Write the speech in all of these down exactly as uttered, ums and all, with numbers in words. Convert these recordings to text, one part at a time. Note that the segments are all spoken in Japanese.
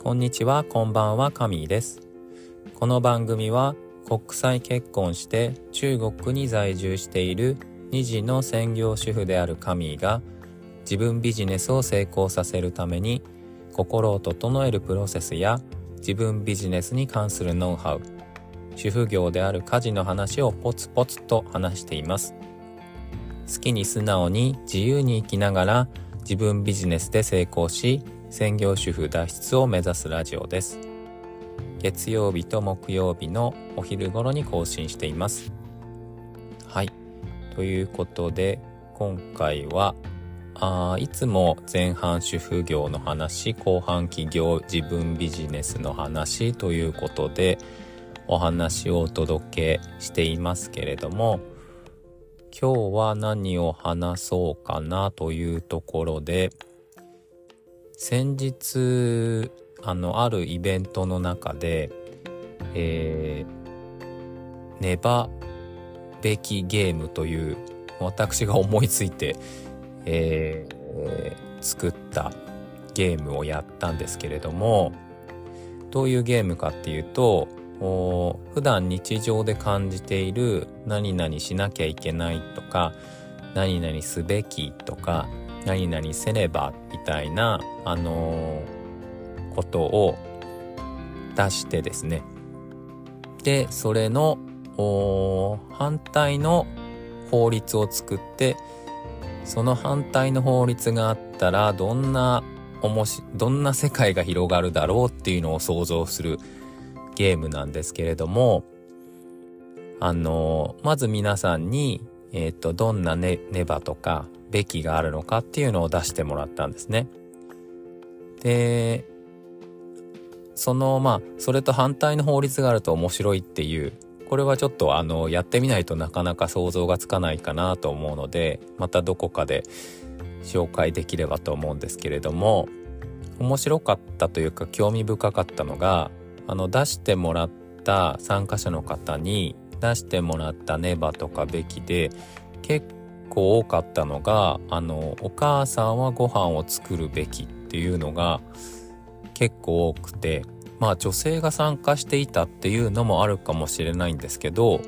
こんにちは、こんばんは、カミーです。この番組は国際結婚して中国に在住しているに児の専業主婦であるカミーが自分ビジネスを成功させるために心を整えるプロセスや自分ビジネスに関するノウハウ、主婦業である家事の話をポツポツと話しています。好きに素直に自由に生きながら自分ビジネスで成功し専業主婦脱出を目指すラジオです。月曜日と木曜日のお昼頃に更新しています。はい、ということで今回はあいつも前半主婦業の話、後半起業自分ビジネスの話ということでお話をお届けしていますけれども、今日は何を話そうかなというところで、先日あのあるイベントの中で、えー、ねばべきゲームという私が思いついて、えー、作ったゲームをやったんですけれども、どういうゲームかっていうと、普段日常で感じている何々しなきゃいけないとか何々すべきとか何々せねばみたいな、あのー、ことを出してですね、でそれの反対の法律を作って、その反対の法律があったらどんなおもしどんな世界が広がるだろうっていうのを想像するゲームなんですけれども、あのまず皆さんに、えーと、どんなね、ねばとかべきがあるのかっていうのを出してもらったんですね。で、そのまあそれと反対の法律があると面白いっていう、これはちょっとあのやってみないとなかなか想像がつかないかなと思うので、またどこかで紹介できればと思うんですけれども、面白かったというか興味深かったのが、あの出してもらった参加者の方に出してもらったねばとかべきで結構多かったのが、あのお母さんはご飯を作るべきっていうのが結構多くて、まあ女性が参加していたっていうのもあるかもしれないんですけど、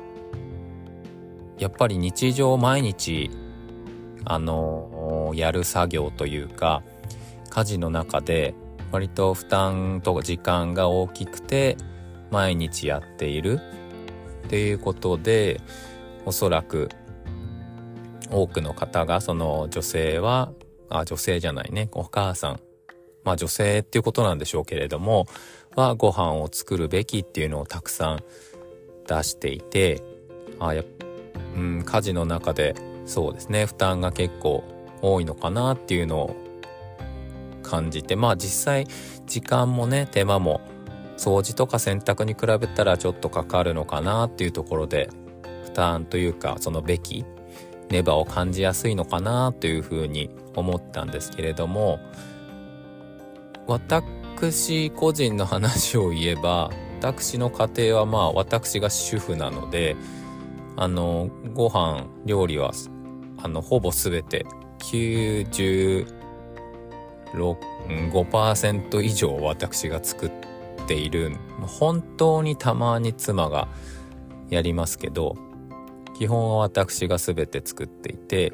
やっぱり日常毎日あのやる作業というか家事の中で割と負担と時間が大きくて毎日やっているっていうことで、おそらく多くの方がその女性はあ女性じゃないねお母さん、まあ女性っていうことなんでしょうけれどもはご飯を作るべきっていうのをたくさん出していて、あや、うん、家事の中でそうですね負担が結構多いのかなっていうのを感じて、まあ実際時間もね手間も掃除とか洗濯に比べたらちょっとかかるのかなっていうところで負担というかそのべきねばを感じやすいのかなというふうに思ったんですけれども、私個人の話を言えば、私の家庭はまあ私が主婦なので、あのご飯料理はあのほぼすべてきゅうじゅうごパーセント以上私が作っている。本当にたまに妻がやりますけど、基本は私が全て作っていて、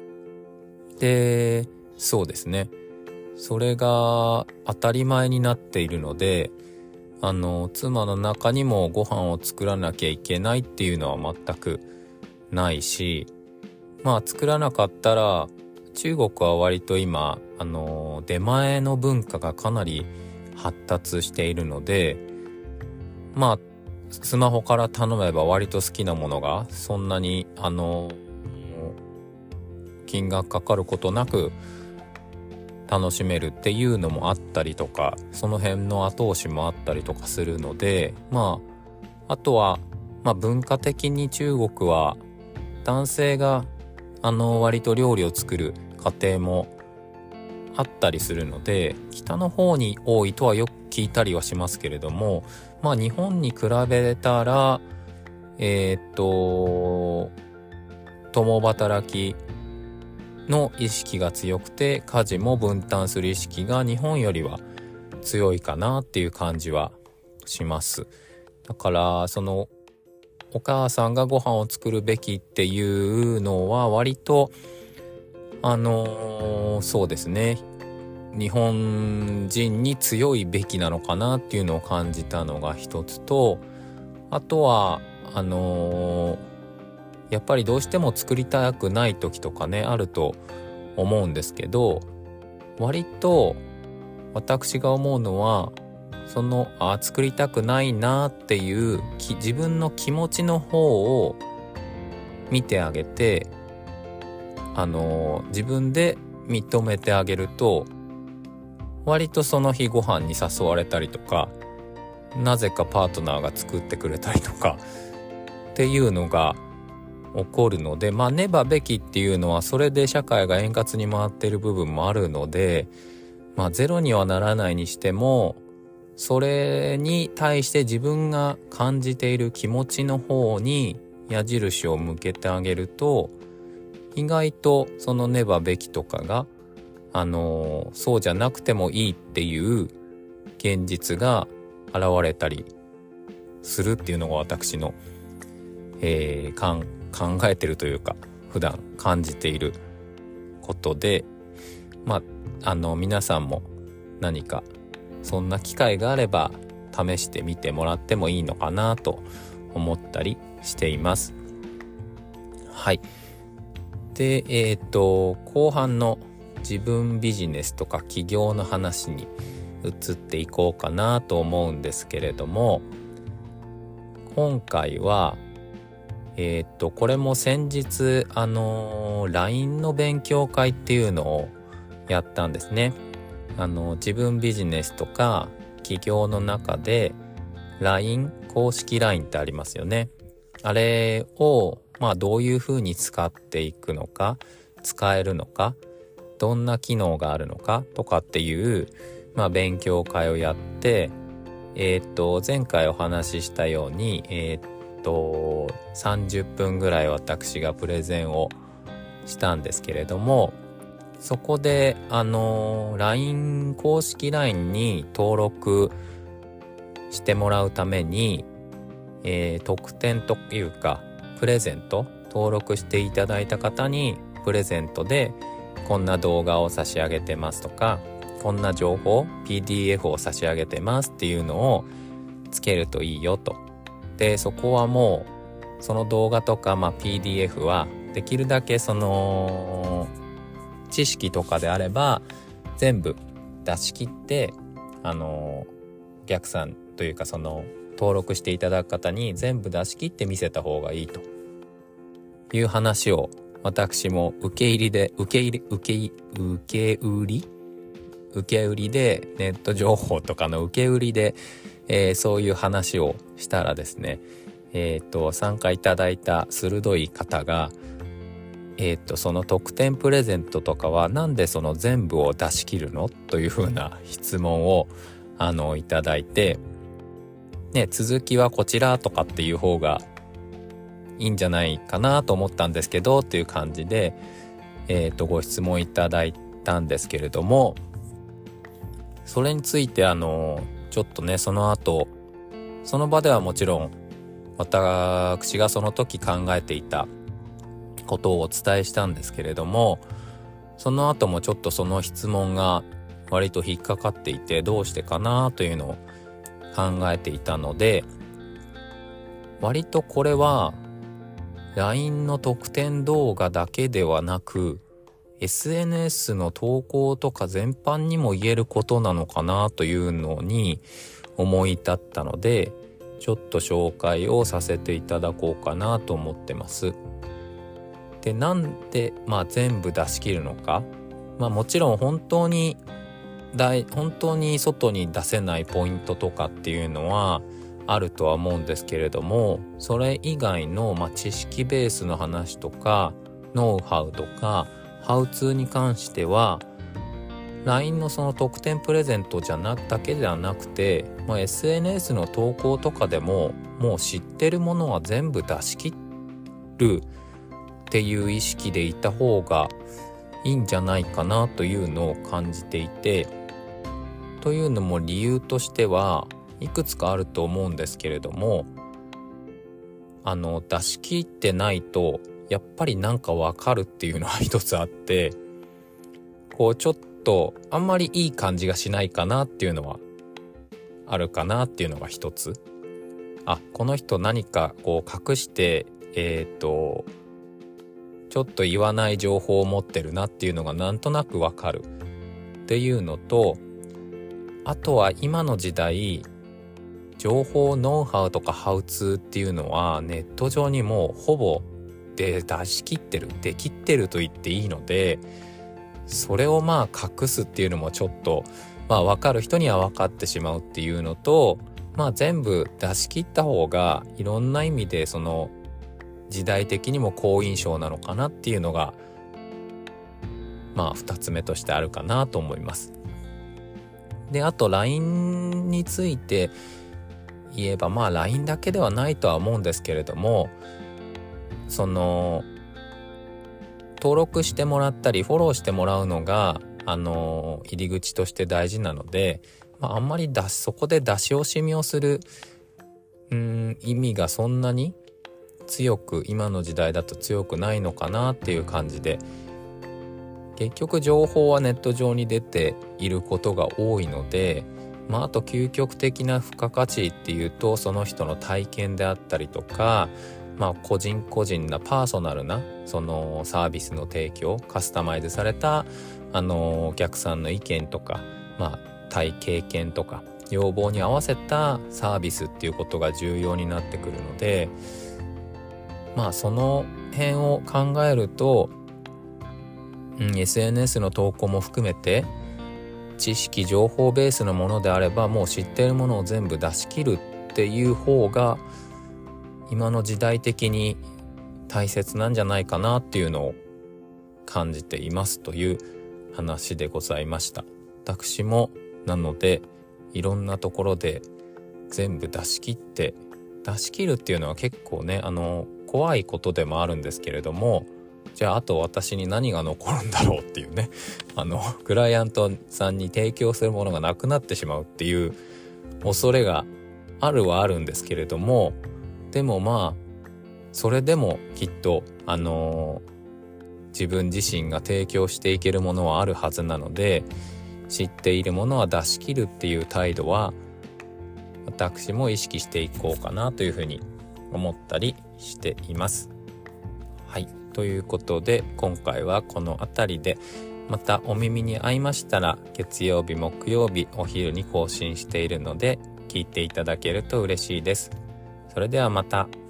でそうですねそれが当たり前になっているので、あの妻の中にもご飯を作らなきゃいけないっていうのは全くないし、まあ作らなかったら中国は割と今あの出前の文化がかなり発達しているので、まあスマホから頼めば割と好きなものがそんなにあの金額かかることなく楽しめるっていうのもあったりとか、その辺の後押しもあったりとかするので、まああとは、まあ、文化的に中国は男性があの割と料理を作る家庭もあったりするので、北の方に多いとはよく聞いたりはしますけれども、まあ日本に比べたらえー、っと共働きの意識が強くて家事も分担する意識が日本よりは強いかなっていう感じはします。だからそのお母さんがご飯を作るべきっていうのは割とあのー、そうですね日本人に強いべきなのかなっていうのを感じたのが一つと、あとはあのー、やっぱりどうしても作りたくない時とかねあると思うんですけど、割と私が思うのはそのあ作りたくないなっていう自分の気持ちの方を見てあげて、あの自分で認めてあげると割とその日ご飯に誘われたりとか、なぜかパートナーが作ってくれたりとかっていうのが起こるので、まあねばべきっていうのはそれで社会が円滑に回っている部分もあるので、まあゼロにはならないにしてもそれに対して自分が感じている気持ちの方に矢印を向けてあげると、意外とそのねばべきとかが、あのー、そうじゃなくてもいいっていう現実が現れたりするっていうのが私の、えー、かん考えてるというか普段感じていることで、まああの皆さんも何かそんな機会があれば試してみてもらってもいいのかなと思ったりしています。はい。で、えっと後半の自分ビジネスとか起業の話に移っていこうかなと思うんですけれども、今回はえっとこれも先日あの ライン の勉強会っていうのをやったんですね。あの自分ビジネスとか起業の中で ライン 公式 ライン ってありますよね。あれをまあどういうふうに使っていくのか、使えるのか、どんな機能があるのかとかっていうまあ勉強会をやって、えー、っと前回お話ししたようにえー、っとさんじゅっぷんぐらい私がプレゼンをしたんですけれども、そこであの ライン 公式 ライン に登録してもらうために、えー、特典というかプレゼント、登録していただいた方にプレゼントでこんな動画を差し上げてますとか、こんな情報 ピーディーエフ を差し上げてますっていうのをつけるといいよと。でそこはもうその動画とか、まあ、ピーディーエフ はできるだけその知識とかであれば全部出し切って、あのお客さんというかその登録していただく方に全部出し切って見せた方がいいという話を私も受け入りで受け入れ受け受け売り受け売りでネット情報とかの受け売りで、えー、そういう話をしたらですね、えっと参加いただいた鋭い方がえー、とその特典プレゼントとかはなんでその全部を出し切るのというふうな質問をあのいただいて、ね、続きはこちらとかっていう方がいいんじゃないかなと思ったんですけどっていう感じで、えー、とご質問いただいたんですけれども、それについてあのちょっとねその後その場ではもちろん私がその時考えていたことをお伝えしたんですけれども、その後もちょっとその質問が割と引っかかっていてどうしてかなというのを考えていたので、割とこれは ライン の特典動画だけではなく エスエヌエス の投稿とか全般にも言えることなのかなというのに思い立ったので、ちょっと紹介をさせていただこうかなと思ってます。で、なんで、まあ、全部出し切るのか、まあ、もちろん本当に大本当に外に出せないポイントとかっていうのはあるとは思うんですけれども、それ以外の、まあ、知識ベースの話とかノウハウとかハウツーに関しては ライン のその特典プレゼントじゃなくだけではなくて、まあ、エスエヌエス の投稿とかでももう知ってるものは全部出し切るっていう意識でいた方がいいんじゃないかなというのを感じていて、 というのも理由としてはいくつかあると思うんですけれども、あの出し切ってないとやっぱりなんかわかるっていうのは一つあって、こうちょっとあんまりいい感じがしないかなっていうのはあるかなっていうのが一つ。あ、この人何かこう隠してえっとちょっと言わない情報を持ってるなっていうのがなんとなくわかるっていうのと、あとは今の時代情報ノウハウとかハウツーっていうのはネット上にもうほぼで出し切ってるできってると言っていいので、それをまあ隠すっていうのもちょっとまあ分かる人には分かってしまうっていうのと、まあ全部出し切った方がいろんな意味でその時代的にも好印象なのかなっていうのがまあふたつめとしてあるかなと思います。で、あと ライン について言えば、まあ ライン だけではないとは思うんですけれども、その登録してもらったりフォローしてもらうのがあの入り口として大事なので、まあ、あんまり出しそこで出し惜しみをするうーん意味がそんなに強く今の時代だと強くないのかなっていう感じで、結局情報はネット上に出ていることが多いので、まあ、あと究極的な付加価値っていうとその人の体験であったりとか、まあ、個人個人なパーソナルなそのサービスの提供、カスタマイズされたあのお客さんの意見とか、まあ、体経験とか要望に合わせたサービスっていうことが重要になってくるので、まあその辺を考えると、うん、エスエヌエス の投稿も含めて知識情報ベースのものであればもう知っているものを全部出し切るっていう方が今の時代的に大切なんじゃないかなっていうのを感じていますという話でございました。私もなのでいろんなところで全部出し切って出し切るっていうのは結構ねあの怖いことでもあるんですけれども、じゃああと私に何が残るんだろうっていうね、あのクライアントさんに提供するものがなくなってしまうっていう恐れがあるはあるんですけれども、でもまあそれでもきっとあのー、自分自身が提供していけるものはあるはずなので、知っているものは出し切るっていう態度は私も意識していこうかなというふうに思ったりしています。はい、ということで今回はこの辺りで、またお耳に合いましたら月曜日木曜日お昼に更新しているので聞いていただけると嬉しいです。それではまた。